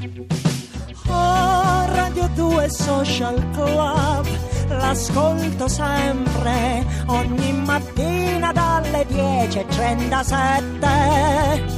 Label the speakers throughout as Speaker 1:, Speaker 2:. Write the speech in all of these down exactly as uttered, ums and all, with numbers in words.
Speaker 1: Oh, Radio due Social Club, l'ascolto sempre, ogni mattina dalle dieci e trentasette.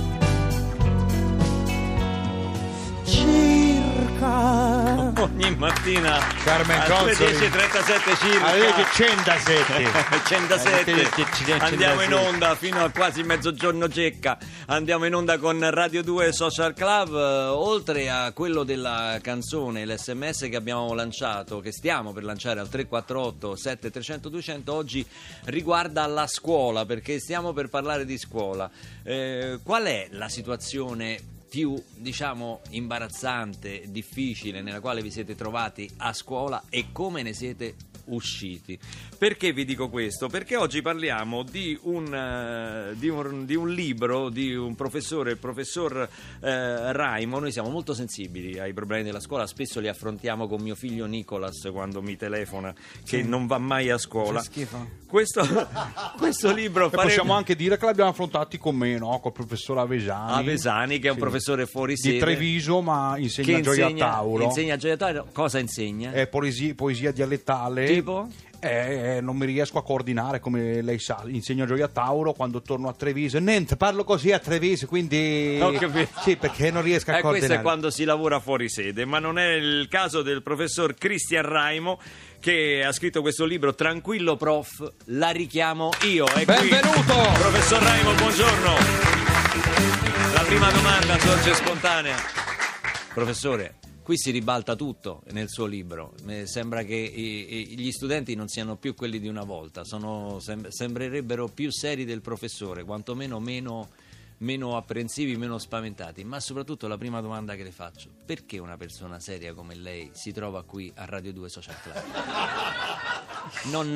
Speaker 1: Circa
Speaker 2: ogni mattina
Speaker 3: Carmen
Speaker 2: alle
Speaker 3: Consoli
Speaker 2: dieci e trentasette circa
Speaker 3: alle centosette
Speaker 2: centosette andiamo in onda fino a quasi mezzogiorno cecca. Andiamo in onda con Radio due Social Club. Oltre a quello della canzone, l'esse emme esse che abbiamo lanciato, che stiamo per lanciare al tre quattro otto sette tre zero zero due zero zero, oggi riguarda la scuola, perché stiamo per parlare di scuola. Eh, qual è la situazione più, diciamo, imbarazzante, difficile nella quale vi siete trovati a scuola e come ne siete usciti? Perché vi dico questo? Perché oggi parliamo di un, uh, di un, di un libro di un professore, il professor uh, Raimo. Noi siamo molto sensibili ai problemi della scuola, spesso li affrontiamo con mio figlio Nicolas quando mi telefona che sì. non va mai a scuola.
Speaker 3: C'è schifo.
Speaker 2: Questo, questo libro farebbe...
Speaker 3: possiamo anche dire che l'abbiamo affrontati con me, no? Col professor Avesani
Speaker 2: Avesani, che è un
Speaker 3: sì.
Speaker 2: professore fuori sede
Speaker 3: di Treviso, ma insegna
Speaker 2: che
Speaker 3: gioia
Speaker 2: insegna,
Speaker 3: a tavolo.
Speaker 2: Insegna gioia a tavolo. Cosa insegna?
Speaker 3: È poesia, poesia dialettale.
Speaker 2: Tipo?
Speaker 3: Eh, non mi riesco a coordinare, come lei sa. Insegno gioia a Tauro, quando torno a Treviso niente, parlo così a Treviso, quindi
Speaker 2: ho capito.
Speaker 3: Sì, perché non riesco a
Speaker 2: eh,
Speaker 3: coordinare.
Speaker 2: Questo è quando si lavora fuori sede, ma non è il caso del professor Cristian Raimo, che ha scritto questo libro Tranquillo Prof, la richiamo io. È
Speaker 3: benvenuto
Speaker 2: qui. Professor Raimo, buongiorno. La prima domanda sorge spontanea. Professore, qui si ribalta tutto nel suo libro. Sembra che i, i, gli studenti non siano più quelli di una volta, sono, sem- sembrerebbero più seri del professore, quantomeno meno, meno apprensivi, meno spaventati. Ma soprattutto la prima domanda che le faccio: perché una persona seria come lei si trova qui a Radio due Social Club? Non,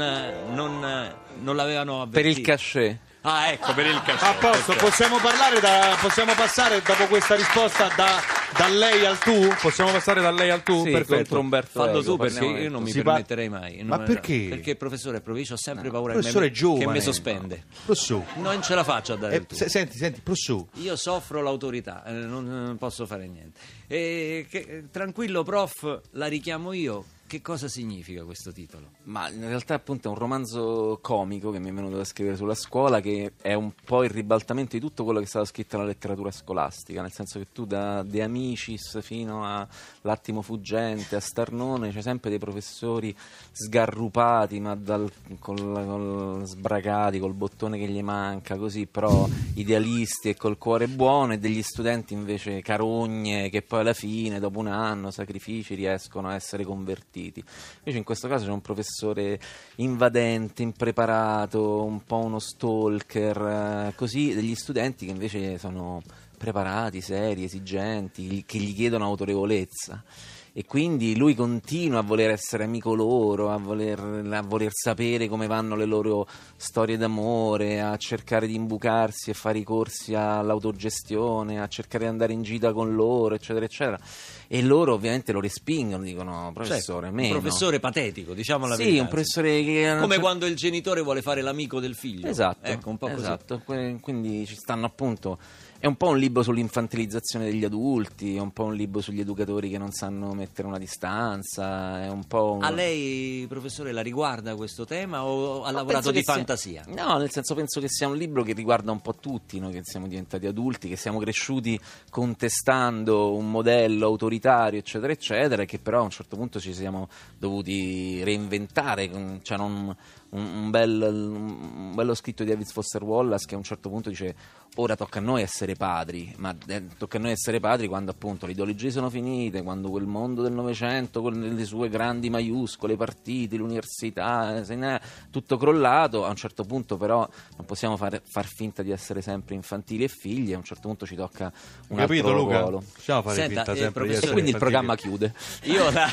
Speaker 2: non, non l'avevano avvertito?
Speaker 4: Per il cachet.
Speaker 2: Ah, ecco, per il cachet.
Speaker 3: A posto, possiamo parlare da, possiamo passare dopo questa risposta da, da lei al tu? Possiamo passare da lei al tu?
Speaker 4: Sì,
Speaker 3: perfetto.
Speaker 4: contro Umberto
Speaker 2: Fallo
Speaker 4: Eco,
Speaker 2: tu, perché
Speaker 4: parliamo-
Speaker 2: io non mi
Speaker 3: Si
Speaker 2: permetterei mai.
Speaker 3: Ma
Speaker 2: Non-
Speaker 3: perché?
Speaker 2: Perché il professore Provicio ho sempre
Speaker 3: No,
Speaker 2: paura
Speaker 3: il professore
Speaker 2: che,
Speaker 3: è giovane.
Speaker 2: che mi sospende.
Speaker 3: Prosù.
Speaker 2: Non ce la faccio a dare
Speaker 3: Eh,
Speaker 2: il tu.
Speaker 3: se- senti, senti, prosù.
Speaker 2: Io soffro l'autorità, eh, non, non posso fare niente. E che, eh, tranquillo prof, la richiamo io. Che cosa significa questo titolo?
Speaker 4: Ma in realtà appunto è un romanzo comico che mi è venuto da scrivere sulla scuola, che è un po' il ribaltamento di tutto quello che è stato scritto nella letteratura scolastica, nel senso che tu da De Amicis fino a L'attimo fuggente, a Starnone, c'è sempre dei professori sgarrupati, ma dal, col, col sbracati, col bottone che gli manca, così, però idealisti e col cuore buono, e degli studenti invece carogne che poi alla fine, dopo un anno, sacrifici, riescono a essere convertiti. Invece in questo caso c'è un professore invadente, impreparato, un po' uno stalker, eh, così, degli studenti che invece sono preparati, seri, esigenti, che gli chiedono autorevolezza. E quindi lui continua a voler essere amico loro, a voler, a voler sapere come vanno le loro storie d'amore, a cercare di imbucarsi e fare i corsi all'autogestione, a cercare di andare in gita con loro, eccetera, eccetera. E loro ovviamente lo respingono, dicono: professore,
Speaker 2: Certo,
Speaker 4: meno.
Speaker 2: un professore patetico, diciamo la
Speaker 4: Sì,
Speaker 2: verità.
Speaker 4: un professore che...
Speaker 2: Come
Speaker 4: cioè-
Speaker 2: quando il genitore vuole fare l'amico del figlio.
Speaker 4: Esatto,
Speaker 2: Ecco, un po' così.
Speaker 4: esatto. Que- quindi ci stanno appunto... È un po' un libro sull'infantilizzazione degli adulti, è un po' un libro sugli educatori che non sanno mettere una distanza, è un po' un...
Speaker 2: A lei, professore, la riguarda questo tema o ha
Speaker 4: No,
Speaker 2: lavorato
Speaker 4: penso
Speaker 2: di
Speaker 4: che sia-
Speaker 2: fantasia?
Speaker 4: No, nel senso, penso che sia un libro che riguarda un po' tutti, noi che siamo diventati adulti, che siamo cresciuti contestando un modello autoritario, eccetera, eccetera, e che però a un certo punto ci siamo dovuti reinventare. C'è un, un, un, bel, un bello scritto di David Foster Wallace che a un certo punto dice: ora tocca a noi essere padri, ma eh, tocca a noi essere padri quando appunto le ideologie sono finite, quando quel mondo del Novecento con le sue grandi maiuscole, i partiti, l'università, se ne è tutto crollato. A un certo punto però non possiamo fare, far finta di essere sempre infantili e figli, a un certo punto ci tocca un
Speaker 3: Capito,
Speaker 4: altro
Speaker 3: Luca?
Speaker 4: ruolo.
Speaker 3: Possiamo fare
Speaker 2: Senta,
Speaker 3: finta
Speaker 2: eh,
Speaker 3: sempre di
Speaker 2: professore-
Speaker 4: E
Speaker 3: essere
Speaker 4: quindi il
Speaker 3: infantili.
Speaker 4: programma chiude.
Speaker 2: Io la...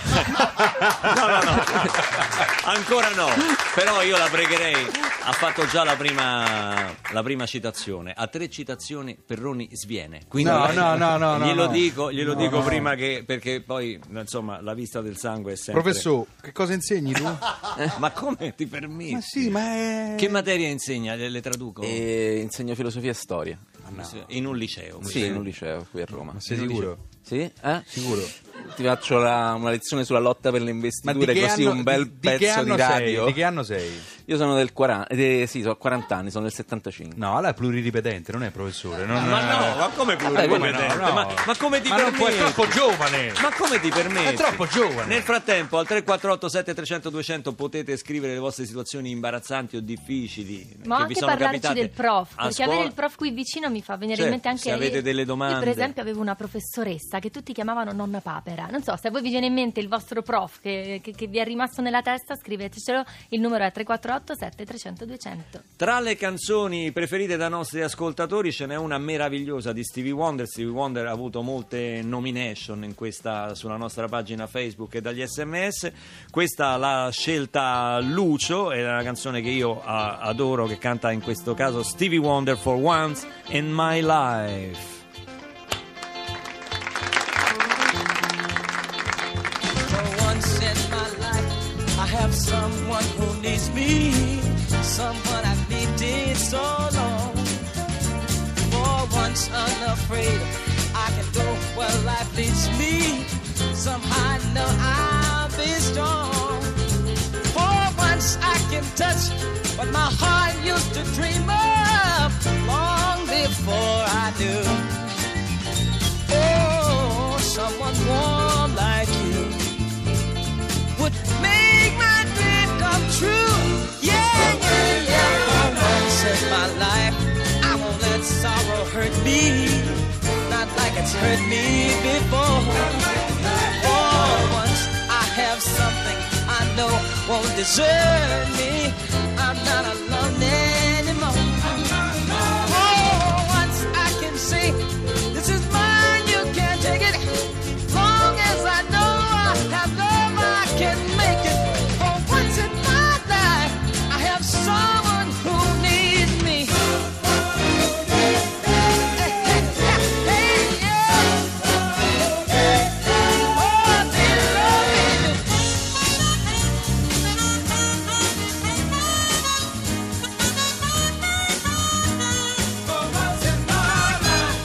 Speaker 2: no, no, no, ancora no, però io la pregherei. Ha fatto già la prima, la prima citazione. A tre citazioni Perroni sviene. Quindi
Speaker 3: No, no, no, no,
Speaker 2: glielo
Speaker 3: no.
Speaker 2: dico, glielo
Speaker 3: No,
Speaker 2: dico
Speaker 3: no.
Speaker 2: prima che, perché poi insomma la vista del sangue è sempre.
Speaker 3: Professore, che cosa insegni tu?
Speaker 2: Ma come ti permetti?
Speaker 3: Ma sì, ma è...
Speaker 2: Che materia insegna? Le, le traduco?
Speaker 4: E insegno filosofia e storia.
Speaker 2: In un liceo.
Speaker 4: Sì, in un liceo qui a Roma.
Speaker 3: Ma sei
Speaker 2: In un
Speaker 3: sicuro?
Speaker 2: liceo.
Speaker 4: Sì? Eh?
Speaker 3: Sicuro?
Speaker 4: Ti faccio la, una lezione sulla lotta per le investiture, così
Speaker 3: anno,
Speaker 4: un bel
Speaker 3: di,
Speaker 4: pezzo
Speaker 3: di, che anno
Speaker 4: di radio.
Speaker 3: Sei? Di che anno sei?
Speaker 4: Io sono del quaranta, eh, sì, sono quaranta anni, sono del settantacinque.
Speaker 3: No, allora è pluriripetente, non è professore. Non,
Speaker 2: Ma no, ma come pluriripetente?
Speaker 3: no, no.
Speaker 2: Ma, ma come ti
Speaker 3: ma non puoi, è
Speaker 2: permetti?
Speaker 3: troppo giovane.
Speaker 2: Ma come ti permetti?
Speaker 3: È troppo giovane.
Speaker 2: Nel frattempo al tre quattro otto sette tre zero zero due zero zero potete scrivere le vostre situazioni imbarazzanti o difficili
Speaker 5: ma
Speaker 2: che
Speaker 5: anche
Speaker 2: vi sono
Speaker 5: parlarci
Speaker 2: capitate
Speaker 5: del prof,
Speaker 2: a
Speaker 5: perché
Speaker 2: scuola.
Speaker 5: avere il prof qui vicino mi fa venire
Speaker 2: Certo,
Speaker 5: in mente anche
Speaker 2: se avete delle domande.
Speaker 5: Io per esempio avevo una professoressa che tutti chiamavano nonna Papera. Non so, se a voi vi viene in mente il vostro prof che, che, che vi è rimasto nella testa, scrivetecelo. Il numero è tre quattro otto sette tre zero zero due zero zero.
Speaker 2: Tra le canzoni preferite dai nostri ascoltatori ce n'è una meravigliosa di Stevie Wonder. Stevie Wonder ha avuto molte nomination in questa, sulla nostra pagina Facebook e dagli sms. Questa l'ha scelta Lucio, è una canzone che io a, adoro, che canta in questo caso Stevie Wonder, For Once in My Life.
Speaker 1: I have someone who needs me, someone I've needed so long. For once unafraid, I can go where life leads me. Somehow I know I'll be strong. For once I can touch what my heart used to dream of long before I knew. Oh, someone warm like you would make my dream come true. Yeah, yeah, yeah. For once in my life, I won't let sorrow hurt me, not like it's hurt me before. For once I have something I know won't desert me. I'm not alone anymore. For once I can say, this is mine, you can't take it. Long as I know I have love, I can make it. For once in my life, I have someone who needs me. Hey, hey, hey, yeah. Oh, they love me. For once in my life.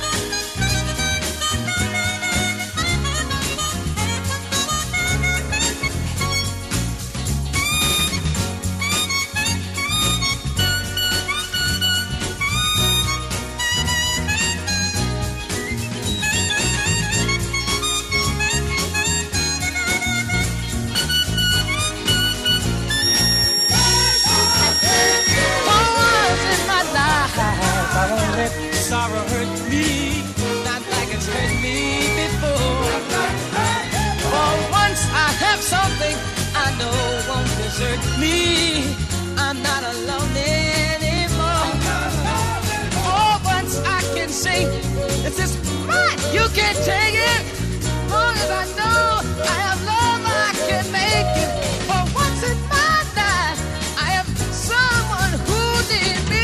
Speaker 1: Sorrow hurt me, not like it's hurt me before. For once I have something I know won't desert me. I'm not alone anymore. For once I can say, this is mine, you can't take it. Long as I know I have love, I can make it. For once in my life, I have someone who needs me.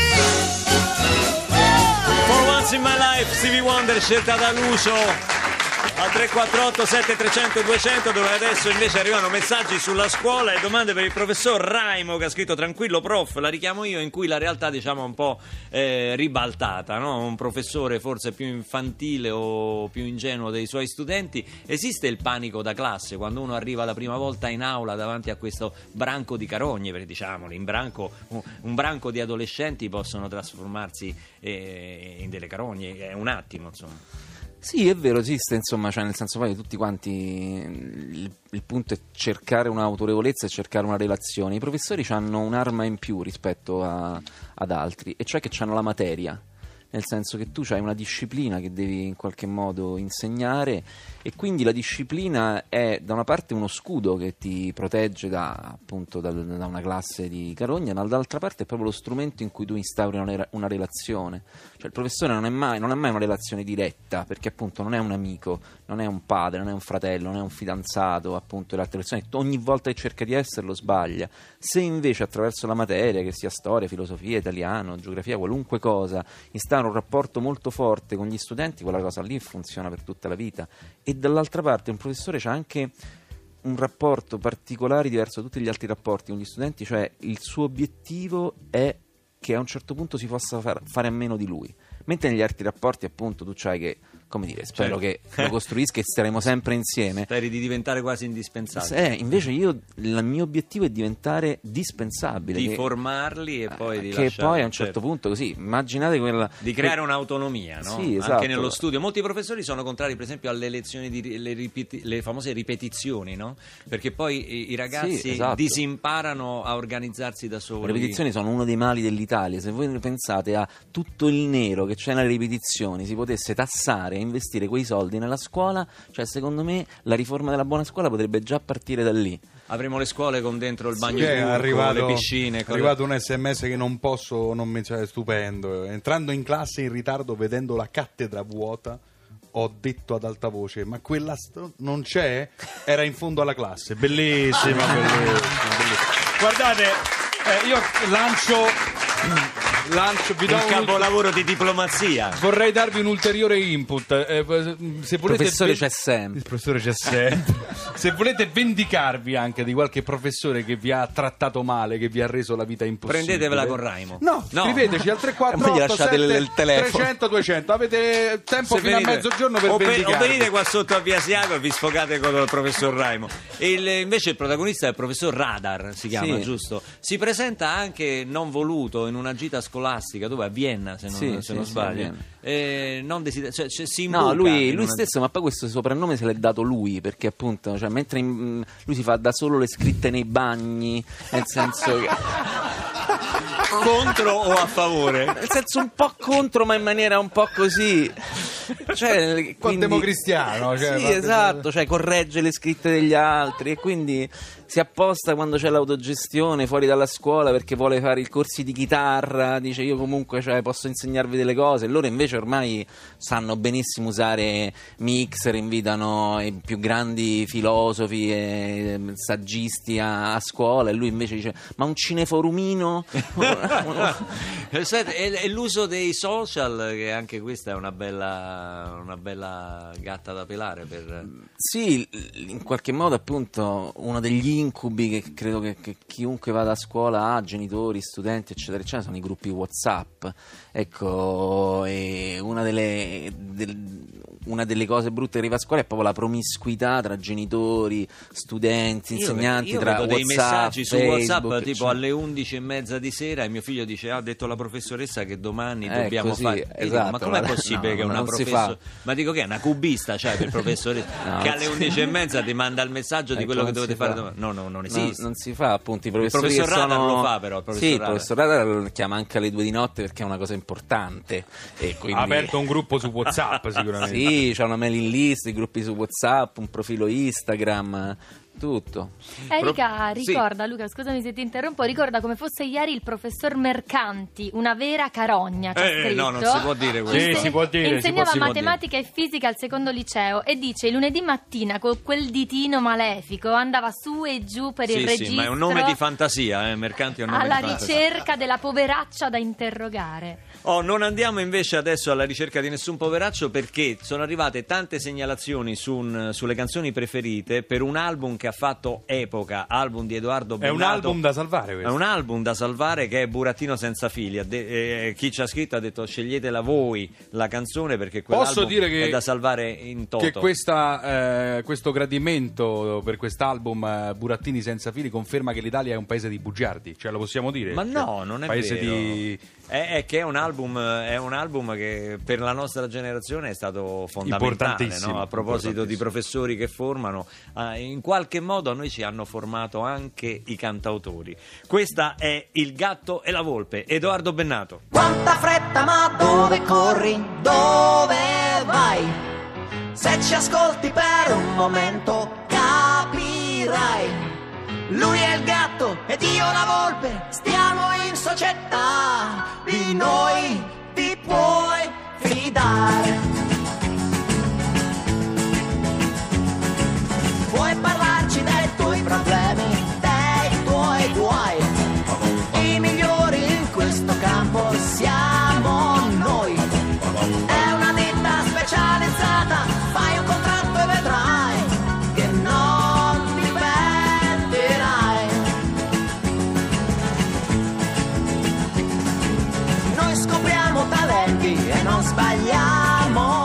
Speaker 2: For Once in My Life, Stevie Wonder, scelta da Lucio al tre quattro otto sette tre zero zero due zero zero, dove adesso invece arrivano messaggi sulla scuola e domande per il professor Raimo, che ha scritto: tranquillo prof, la richiamo io, in cui la realtà diciamo è un po' eh, ribaltata, no? Un professore forse più infantile o più ingenuo dei suoi studenti. Esiste il panico da classe quando uno arriva la prima volta in aula davanti a questo branco di carogne, perché diciamolo, in branco, un, un branco di adolescenti possono trasformarsi eh, in delle carogne, è un attimo, insomma.
Speaker 4: Sì, è vero, esiste, insomma, cioè nel senso poi tutti quanti il, il punto è cercare un'autorevolezza e cercare una relazione. I professori hanno un'arma in più rispetto a, ad altri, e cioè che hanno la materia, nel senso che tu hai una disciplina che devi in qualche modo insegnare, e quindi la disciplina è da una parte uno scudo che ti protegge da, appunto, da, da una classe di carogna, ma dall'altra parte è proprio lo strumento in cui tu instauri una, una relazione. Cioè il professore non è mai, non è mai una relazione diretta, perché appunto non è un amico, non è un padre, non è un fratello, non è un fidanzato, appunto, e le altre persone. Ogni volta che cerca di esserlo sbaglia. Se invece attraverso la materia, che sia storia, filosofia, italiano, geografia, qualunque cosa, instaura un rapporto molto forte con gli studenti, quella cosa lì funziona per tutta la vita. E dall'altra parte un professore c'ha anche un rapporto particolare, diverso da tutti gli altri rapporti con gli studenti, cioè il suo obiettivo è che a un certo punto si possa far, fare a meno di lui, mentre negli altri rapporti appunto tu c'hai che come dire, spero
Speaker 2: Certo.
Speaker 4: che lo costruisca e staremo sempre insieme.
Speaker 2: Speri di diventare quasi indispensabile.
Speaker 4: Eh, invece io, il mio obiettivo è diventare dispensabile.
Speaker 2: Di
Speaker 4: che,
Speaker 2: formarli e poi di
Speaker 4: che
Speaker 2: lasciarli,
Speaker 4: poi a un certo
Speaker 2: certo.
Speaker 4: punto così, immaginate quella...
Speaker 2: Di creare un'autonomia, no?
Speaker 4: Sì, esatto.
Speaker 2: Anche nello studio. Molti professori sono contrari, per esempio, alle lezioni di le, ripeti- le famose ripetizioni, no? Perché poi i, i ragazzi
Speaker 4: Sì, esatto.
Speaker 2: disimparano a organizzarsi da soli.
Speaker 4: Le ripetizioni sono uno dei mali dell'Italia. Se voi pensate a tutto il nero che c'è nelle ripetizioni, si potesse tassare e investire quei soldi nella scuola, cioè secondo me la riforma della buona scuola potrebbe già partire da lì.
Speaker 2: Avremo le scuole con dentro il bagno
Speaker 3: Sì, è
Speaker 2: turco,
Speaker 3: arrivato,
Speaker 2: le piscine.
Speaker 3: è
Speaker 2: con-
Speaker 3: arrivato un sms che non posso non menzionare, stupendo. Entrando in classe in ritardo, vedendo la cattedra vuota, ho detto ad alta voce: ma quella st- non c'è? Era in fondo alla classe. Bellissima, bellissima, bellissima. Guardate, eh, io lancio lancio vi do
Speaker 2: Un
Speaker 3: un
Speaker 2: capolavoro di diplomazia.
Speaker 3: Vorrei darvi un ulteriore input. Eh, se volete
Speaker 4: Professore
Speaker 3: ven-
Speaker 4: c'è sempre.
Speaker 3: Il professore c'è sempre. Se volete vendicarvi anche di qualche professore che vi ha trattato male, che vi ha reso la vita impossibile,
Speaker 2: Prendetevela con Raimo.
Speaker 3: No,
Speaker 2: No.
Speaker 3: scriveteci al tre quattro
Speaker 4: Ma gli
Speaker 3: otto
Speaker 4: lasciate
Speaker 3: sette
Speaker 4: il telefono.
Speaker 3: trecento duecento. Avete tempo
Speaker 2: Se
Speaker 3: fino
Speaker 2: venite-
Speaker 3: a mezzogiorno per
Speaker 2: o, pe- o
Speaker 3: vendicarvi.
Speaker 2: venite qua sotto a Via Siago e vi sfogate con il professor Raimo. E il- invece il protagonista è il professor Radar, si chiama,
Speaker 4: Sì.
Speaker 2: giusto? Si presenta anche non voluto in una gita scolastica dove a Vienna, se non,
Speaker 4: Sì,
Speaker 2: se
Speaker 4: sì,
Speaker 2: non
Speaker 4: sì, a
Speaker 2: sbaglio.
Speaker 4: Vienna.
Speaker 2: Eh, non desider- cioè, cioè, si
Speaker 4: No,
Speaker 2: imbuca
Speaker 4: lui,
Speaker 2: in
Speaker 4: lui
Speaker 2: una-
Speaker 4: stesso, ma poi questo soprannome se l'è dato lui, perché appunto, cioè, mentre in- lui si fa da solo le scritte nei bagni, nel senso che...
Speaker 2: contro o a favore?
Speaker 4: Nel senso un po' contro, ma in maniera un po' così. Cioè,
Speaker 3: Un po'
Speaker 4: quindi-
Speaker 3: democristiano, cioè,
Speaker 4: sì,
Speaker 3: fa-
Speaker 4: esatto, cioè corregge le scritte degli altri e quindi si apposta quando c'è l'autogestione fuori dalla scuola perché vuole fare i corsi di chitarra, dice io comunque cioè, posso insegnarvi delle cose, loro invece ormai sanno benissimo usare mixer, invitano i più grandi filosofi e saggisti a, a scuola e lui invece dice ma un cineforumino?
Speaker 2: Senti, e, e l'uso dei social, che anche questa è una bella, una bella gatta da pelare per...
Speaker 4: Sì, in qualche modo appunto uno degli incubi che credo che, che chiunque vada a scuola ha, genitori, studenti eccetera eccetera, sono i gruppi WhatsApp. Ecco, e una delle, del, una delle cose brutte che arriva a scuola è proprio la promiscuità tra genitori, studenti,
Speaker 2: Io-
Speaker 4: insegnanti,
Speaker 2: io
Speaker 4: tra
Speaker 2: vedo
Speaker 4: WhatsApp,
Speaker 2: dei messaggi su
Speaker 4: Facebook,
Speaker 2: WhatsApp tipo
Speaker 4: eccetera.
Speaker 2: alle undici e mezza di sera e mio figlio dice: ah, ha detto la professoressa che domani
Speaker 4: Eh,
Speaker 2: dobbiamo
Speaker 4: così,
Speaker 2: fare. Io dico,
Speaker 4: esatto,
Speaker 2: ma com'è
Speaker 4: ma-
Speaker 2: possibile
Speaker 4: no,
Speaker 2: che
Speaker 4: ma
Speaker 2: una
Speaker 4: non si
Speaker 2: professoressa,
Speaker 4: fa.
Speaker 2: ma dico che è una cubista, cioè per professoressa
Speaker 4: No,
Speaker 2: che
Speaker 4: non
Speaker 2: alle
Speaker 4: si-
Speaker 2: undici e mezza ti manda il messaggio di
Speaker 4: Ecco,
Speaker 2: quello che
Speaker 4: non
Speaker 2: dovete
Speaker 4: si
Speaker 2: fare
Speaker 4: fa.
Speaker 2: domani? No, no, non
Speaker 4: Non,
Speaker 2: esiste.
Speaker 4: non si fa, appunto, i professori
Speaker 2: professor
Speaker 4: che
Speaker 2: Radar
Speaker 4: sono...
Speaker 2: lo fa, però, il professor
Speaker 4: sì, il
Speaker 2: Radar.
Speaker 4: professor Radar lo chiama anche alle due di notte perché è una cosa importante e quindi...
Speaker 3: Ha aperto un gruppo su WhatsApp sicuramente.
Speaker 4: Sì, c'è una mailing list, i gruppi su WhatsApp, un profilo Instagram, tutto.
Speaker 5: Erika
Speaker 2: Sì.
Speaker 5: ricorda, Luca, scusami se ti interrompo, ricorda come fosse ieri il professor Mercanti, una vera carogna, ci ha
Speaker 2: Eh,
Speaker 5: scritto.
Speaker 2: no, non si può dire questo.
Speaker 3: Sì, si può dire, si
Speaker 5: Insegnava
Speaker 3: può- si può
Speaker 5: matematica e fisica al secondo liceo e dice lunedì mattina con quel ditino malefico andava su e giù per il
Speaker 2: Sì,
Speaker 5: registro
Speaker 2: sì, ma è un nome di fantasia, eh? Mercanti è un nome
Speaker 5: alla
Speaker 2: di fantasia.
Speaker 5: ricerca della poveraccia da interrogare.
Speaker 2: Oh, non andiamo invece adesso alla ricerca di nessun poveraccio perché sono arrivate tante segnalazioni su un- sulle canzoni preferite per un album che ha fatto epoca, album di Edoardo
Speaker 3: È un
Speaker 2: Bennato.
Speaker 3: album da salvare
Speaker 2: È
Speaker 3: questo.
Speaker 2: un album da salvare che è Burattino senza figli. Ha de- eh, chi ci ha scritto ha detto sceglietela voi la canzone perché quell'album
Speaker 3: Posso dire che-
Speaker 2: è da salvare in toto.
Speaker 3: Che questa, eh, questo gradimento per quest'album eh, Burattini senza fili conferma che l'Italia è un paese di bugiardi, cioè lo possiamo dire?
Speaker 2: Ma
Speaker 3: Cioè,
Speaker 2: no, non è
Speaker 3: paese
Speaker 2: vero.
Speaker 3: di
Speaker 2: È, è che è un album, è un album che per la nostra generazione è stato fondamentale,
Speaker 3: Importantissimo,
Speaker 2: no? A proposito di
Speaker 3: importantissimo.
Speaker 2: professori che formano, eh, in qualche modo a noi ci hanno formato anche i cantautori. Questa è Il gatto e la volpe, Edoardo Bennato.
Speaker 6: Quanta fretta, ma dove corri? Dove vai? Se ci ascolti per un momento capirai. Lui è il gatto ed io la volpe, stiamo in società, di noi ti puoi fidare. Puoi parlarci dei tuoi problemi, dei tuoi guai. I migliori in questo campo siamo noi. È una ditta specializzata, fai un contratto e vedrai che non ti pentirai. Noi scopriamo talenti e non sbagliamo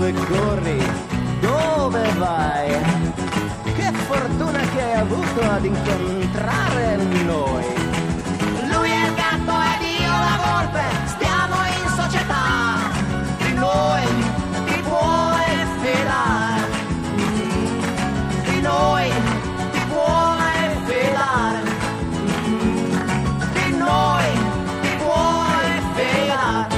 Speaker 6: dove corri, dove vai? Che fortuna che hai avuto ad incontrare noi. Lui è il gatto ed io la volpe, stiamo in società, di noi ti puoi fidare, di noi ti puoi fidare, di noi ti puoi fidare.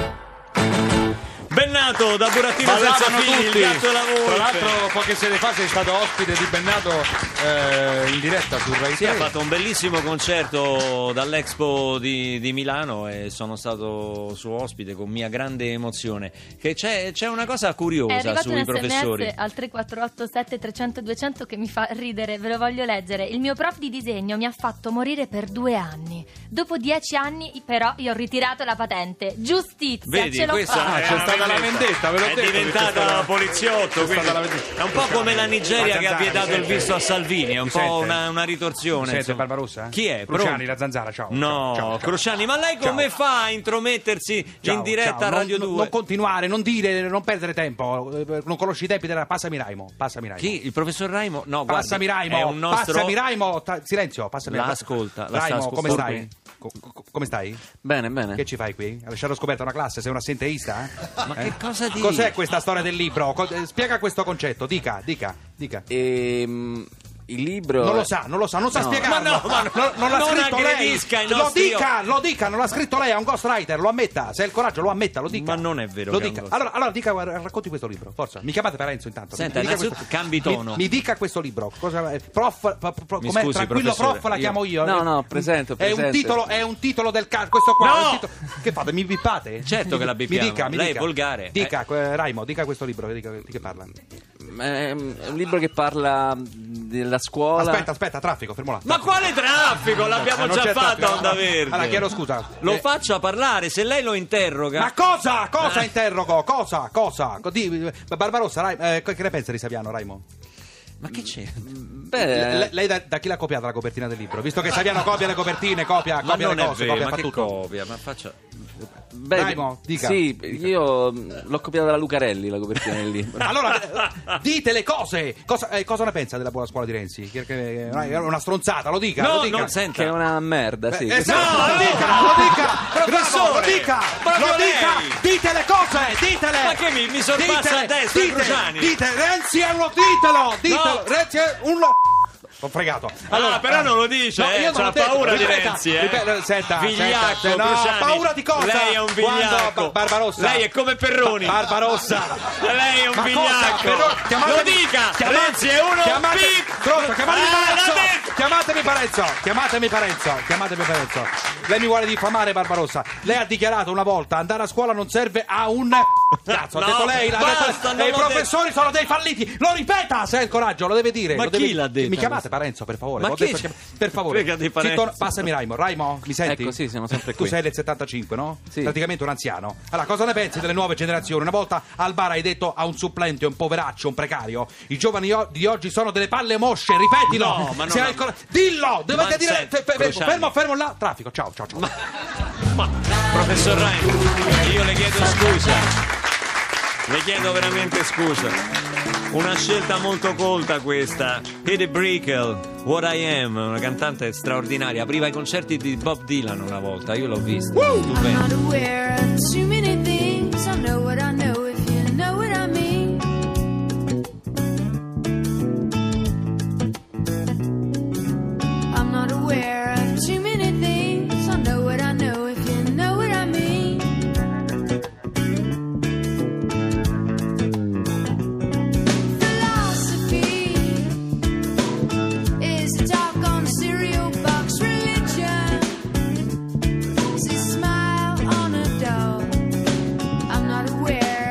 Speaker 2: Bennato da Burattino senza figli,
Speaker 3: tutti.
Speaker 2: il gatto e la volpe.
Speaker 3: Tra l'altro poche sere fa sei stato ospite di Bennato eh, in diretta su Rai
Speaker 2: Sì, ha
Speaker 3: tre.
Speaker 2: fatto un bellissimo concerto dall'Expo di, di Milano e sono stato suo ospite con mia grande emozione. Che c'è, c'è una cosa
Speaker 5: È
Speaker 2: curiosa
Speaker 5: arrivato
Speaker 2: sui
Speaker 5: un
Speaker 2: professori.
Speaker 5: sms al tre quattro otto sette trecento duecento che mi fa ridere, ve lo voglio leggere. Il mio prof di disegno mi ha fatto morire per due anni. Dopo dieci anni però io ho ritirato la patente. Giustizia,
Speaker 2: Vedi,
Speaker 5: ce l'ho
Speaker 2: questa
Speaker 5: fatta.
Speaker 2: è
Speaker 3: c'è
Speaker 2: una
Speaker 3: stata la vendetta, ve l'ho
Speaker 2: è
Speaker 3: detto che c'è
Speaker 2: diventata
Speaker 3: stata-
Speaker 2: poliziotto,
Speaker 3: c'è
Speaker 2: quindi
Speaker 3: stata la vendetta.
Speaker 2: è un po' come la Nigeria
Speaker 7: La
Speaker 2: che ha
Speaker 7: zanzara,
Speaker 2: vietato
Speaker 7: mi
Speaker 2: il
Speaker 7: sente?
Speaker 2: visto a Salvini, è un
Speaker 7: Mi
Speaker 2: po'
Speaker 7: sente?
Speaker 2: una, una ritorsione.
Speaker 7: Sente
Speaker 2: insomma.
Speaker 7: Barbarossa?
Speaker 2: Chi è?
Speaker 7: Cruciani,
Speaker 2: Pronto?
Speaker 7: la zanzara, ciao.
Speaker 2: No,
Speaker 7: ciao, ciao, ciao.
Speaker 2: Cruciani, ma lei come
Speaker 7: Ciao.
Speaker 2: fa a intromettersi
Speaker 7: Ciao,
Speaker 2: in diretta
Speaker 7: ciao.
Speaker 2: a Radio
Speaker 7: non,
Speaker 2: due?
Speaker 7: Non continuare, non dire, non perdere tempo. eh, Non conosci i tempi della... Passami Raimo, passami Raimo.
Speaker 2: Chi? Il professor Raimo? No, guardi,
Speaker 7: Passami Raimo,
Speaker 2: è un nostro...
Speaker 7: passami Raimo, ta- silenzio, passami
Speaker 2: La
Speaker 7: Raimo.
Speaker 2: ascolta, la sta
Speaker 7: Raimo,
Speaker 2: ascol-
Speaker 7: come
Speaker 2: Furbi.
Speaker 7: stai? Co- co- come stai?
Speaker 4: Bene, bene.
Speaker 7: Che ci fai qui? Hai lasciato scoperta una classe, sei un assenteista? eh?
Speaker 2: Ma che cosa dici?
Speaker 7: Cos'è questa storia del libro? Co- eh, spiega questo concetto, dica, dica, dica.
Speaker 4: Ehm, il libro...
Speaker 7: Non lo sa, non lo sa, non sa
Speaker 4: No.
Speaker 7: spiegarlo.
Speaker 2: Ma no, ma no,
Speaker 7: non, non l'ha
Speaker 2: non
Speaker 7: scritto lei.
Speaker 2: aggredisca i
Speaker 7: Lo
Speaker 2: nostri-
Speaker 7: dica, lo dica, non l'ha scritto lei, è un ghostwriter, lo ammetta. Se ha il coraggio, lo ammetta, lo dica.
Speaker 2: Ma non è vero
Speaker 7: Lo
Speaker 2: che è un
Speaker 7: dica.
Speaker 2: ghost-
Speaker 7: Allora, allora dica, guarda, racconti questo libro, forza. Mi chiamate Parenzo intanto.
Speaker 2: Senta,
Speaker 7: mi dica
Speaker 2: innanzitutto
Speaker 7: questo-
Speaker 2: cambi tono.
Speaker 7: Mi, mi dica questo libro. Cosa è? Prof, pro- pro-
Speaker 2: Mi
Speaker 7: com'è?
Speaker 2: scusi,
Speaker 7: Tranquillo
Speaker 2: professore,
Speaker 7: prof la
Speaker 2: io-
Speaker 7: chiamo io.
Speaker 4: No, no, presente,
Speaker 7: È un
Speaker 4: presente.
Speaker 7: titolo, è un titolo del caso, questo qua.
Speaker 2: No!
Speaker 7: è un titolo- Che fate? Mi bippate?
Speaker 2: Certo che la
Speaker 7: Mi
Speaker 2: bippiamo.
Speaker 7: dica, mi
Speaker 2: Lei è
Speaker 7: dica.
Speaker 2: volgare.
Speaker 7: Dica, eh, Raimo, dica questo libro, dica, di che parla.
Speaker 4: È un libro che parla della scuola.
Speaker 7: Aspetta, aspetta, traffico, fermo là.
Speaker 2: Ma quale traffico? L'abbiamo
Speaker 7: Eh, non
Speaker 2: già
Speaker 7: c'è
Speaker 2: fatto a
Speaker 7: traffico.
Speaker 2: Onda Verde.
Speaker 7: Allora, chiedo scusa.
Speaker 2: Lo
Speaker 7: Eh,
Speaker 2: faccia parlare, se lei lo interroga.
Speaker 7: Ma cosa? Cosa
Speaker 2: Eh.
Speaker 7: interrogo? Cosa? Cosa? Di- Barbarossa, Rai- eh, che ne pensa di Saviano, Raimo?
Speaker 2: Ma che c'è?
Speaker 4: Beh,
Speaker 7: Le- lei da, da chi l'ha copiata la copertina del libro? Visto che Saviano copia le copertine, copia,
Speaker 2: Ma
Speaker 7: copia
Speaker 2: non
Speaker 7: le
Speaker 2: è
Speaker 7: cose,
Speaker 2: vero,
Speaker 7: copia
Speaker 2: ma
Speaker 7: fa
Speaker 2: che
Speaker 7: tutto.
Speaker 2: copia? Ma faccia...
Speaker 4: beh,
Speaker 7: Raimo, dica.
Speaker 4: Sì, io mh, l'ho copiata da Lucarelli la copertina del libro.
Speaker 7: Allora, eh, dite le cose! Cosa, eh, cosa ne pensa della buona scuola di Renzi? Che, che- è una stronzata, lo dica,
Speaker 2: No,
Speaker 7: lo dica.
Speaker 2: non
Speaker 4: Che
Speaker 2: senta.
Speaker 4: è una merda, sì.
Speaker 7: Eh, esatto,
Speaker 2: No,
Speaker 7: lo dica,
Speaker 2: no,
Speaker 7: lo dica,
Speaker 2: professore,
Speaker 7: bravo, lo dica,
Speaker 2: proprio
Speaker 7: lo
Speaker 2: lei.
Speaker 7: dica, dite le cose, ditele.
Speaker 2: Ma che mi- mi sorpassa a destra,
Speaker 7: dite,
Speaker 2: Cruciani?
Speaker 7: dite, Renzi è uno, ditelo, ditelo,
Speaker 2: No.
Speaker 7: Renzi è uno. Ho fregato.
Speaker 2: Allora, però non lo dice, eh,
Speaker 7: io non
Speaker 2: c'ha
Speaker 7: l'ho detto.
Speaker 2: paura di
Speaker 7: Ripeta,
Speaker 2: Renzi, eh.
Speaker 7: ripeta, senta,
Speaker 2: Vigliacco,
Speaker 7: senta, no,
Speaker 2: Cruciani.
Speaker 7: paura di cosa?
Speaker 2: Lei è un
Speaker 7: Quando
Speaker 2: vigliacco.
Speaker 7: Ba- Barbarossa.
Speaker 2: Lei è come Perroni.
Speaker 7: Ba- Barbarossa.
Speaker 2: Lei è un
Speaker 7: Ma cosa?
Speaker 2: vigliacco.
Speaker 7: Però- chiamatemi-
Speaker 2: Lo dica,
Speaker 7: chiamate-
Speaker 2: Renzi è uno
Speaker 7: chiamate-
Speaker 2: pip.
Speaker 7: Pronto, chiamatemi
Speaker 2: Ah, l'ha
Speaker 7: Parenzo.
Speaker 2: detto.
Speaker 7: Chiamatemi Parenzo. Chiamatemi Parenzo. Chiamatemi Parenzo. Lei mi vuole diffamare, Barbarossa. Lei ha dichiarato una volta: andare a scuola non serve a un cazzo. Ha
Speaker 2: No,
Speaker 7: detto lei. l'ha
Speaker 2: basta,
Speaker 7: detto-
Speaker 2: non
Speaker 7: e i
Speaker 2: l'ho
Speaker 7: professori sono dei falliti. Lo ripeta se ha il coraggio, lo deve dire.
Speaker 2: Ma
Speaker 7: lo
Speaker 2: chi
Speaker 7: deve-
Speaker 2: l'ha detto
Speaker 7: Mi chiamate
Speaker 2: questo?
Speaker 7: Parenzo, per favore.
Speaker 2: Ma
Speaker 7: Ho
Speaker 2: chi?
Speaker 7: detto che- Per favore.
Speaker 2: Frega di Parenzo.
Speaker 7: Zitto, passami Raimo. Raimo, mi senti?
Speaker 4: Ecco, sì, siamo sempre
Speaker 7: Tu
Speaker 4: qui.
Speaker 7: sei del settantacinque, no?
Speaker 4: Sì.
Speaker 7: Praticamente un anziano. Allora, cosa ne pensi delle nuove generazioni? Una volta al bar hai detto a un supplente, un poveraccio, un precario: i giovani o- di oggi sono delle palle mosce, ripetilo!
Speaker 2: No, ma non
Speaker 7: Se
Speaker 2: ha-
Speaker 7: hai il cor- Dillo! Dovete
Speaker 2: Ma
Speaker 7: dire.
Speaker 2: senti,
Speaker 7: fe- fe- fermo,
Speaker 2: Cruciani.
Speaker 7: fermo, fermo là. Traffico, ciao, ciao, ciao.
Speaker 2: Ma, professor Raimo, io le chiedo scusa. Le chiedo veramente scusa. Una scelta molto colta questa. Hedy Brickell, What I Am, una cantante straordinaria. Apriva i concerti di Bob Dylan una volta, io l'ho vista.
Speaker 8: I'm
Speaker 2: Stupenda.
Speaker 8: not aware of too many things. I know what I know if you know what I mean. I'm not aware of too many things. I know what I know if you know what I mean. Philosophy is a talk on a cereal box. Religion is a smile on a dog. I'm not aware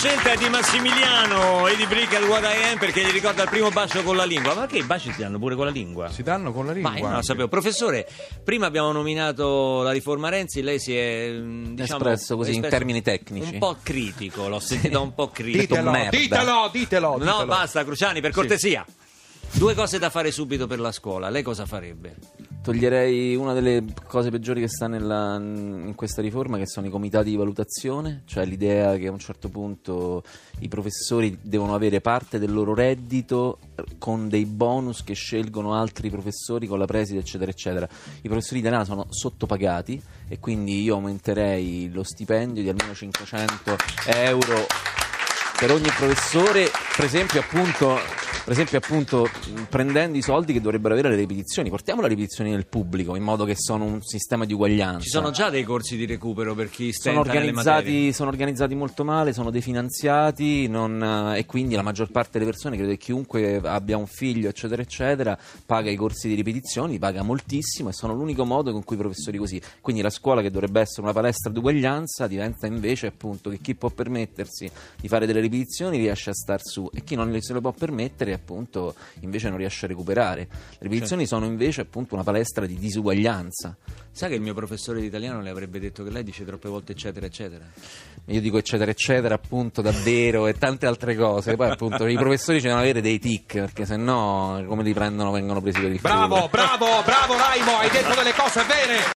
Speaker 2: scelta è di Massimiliano e di Brick and What I Am, perché gli ricorda il primo bacio con la lingua. Ma che i baci si danno pure con la lingua?
Speaker 3: Si danno con la lingua.
Speaker 2: Ma io non lo sapevo. Professore, prima abbiamo nominato la riforma Renzi, lei si è diciamo,
Speaker 4: espresso così in termini tecnici.
Speaker 2: Un po' critico, l'ho sentito un po' critico.
Speaker 3: Ditelo,
Speaker 4: merda.
Speaker 3: ditelo, ditelo, ditelo.
Speaker 2: No, basta, Cruciani, per cortesia. Due cose da fare subito per la scuola. Lei cosa farebbe?
Speaker 4: Toglierei una delle cose peggiori che sta nella, in questa riforma, che sono i comitati di valutazione, cioè l'idea che a un certo punto i professori devono avere parte del loro reddito con dei bonus che scelgono altri professori con la preside, eccetera, eccetera. I professori italiani sono sottopagati e quindi io aumenterei lo stipendio di almeno cinquecento euro per ogni professore, per esempio appunto... Per esempio, appunto, prendendo i soldi che dovrebbero avere le ripetizioni, portiamo le ripetizioni nel pubblico in modo che sono un sistema di uguaglianza.
Speaker 2: Ci sono già dei corsi di recupero per chi stenta
Speaker 4: sono organizzati, sono organizzati molto male, sono definanziati non, e quindi la maggior parte delle persone, credo che chiunque abbia un figlio, eccetera, eccetera, paga i corsi di ripetizioni, paga moltissimo e sono l'unico modo con cui i professori così. Quindi la scuola, che dovrebbe essere una palestra di uguaglianza, diventa invece appunto che chi può permettersi di fare delle ripetizioni riesce a star su e chi non se le può permettere appunto invece non riesce a recuperare. Le ripetizioni certo. sono invece appunto una palestra di disuguaglianza.
Speaker 2: Sa che il mio professore di italiano le avrebbe detto che lei dice troppe volte eccetera eccetera?
Speaker 4: Io dico eccetera eccetera appunto davvero e tante altre cose. Poi appunto i professori ci devono avere dei tic, perché se no come li prendono vengono presi per il culo.
Speaker 7: Bravo, bravo, bravo Raimo, hai detto delle cose vere.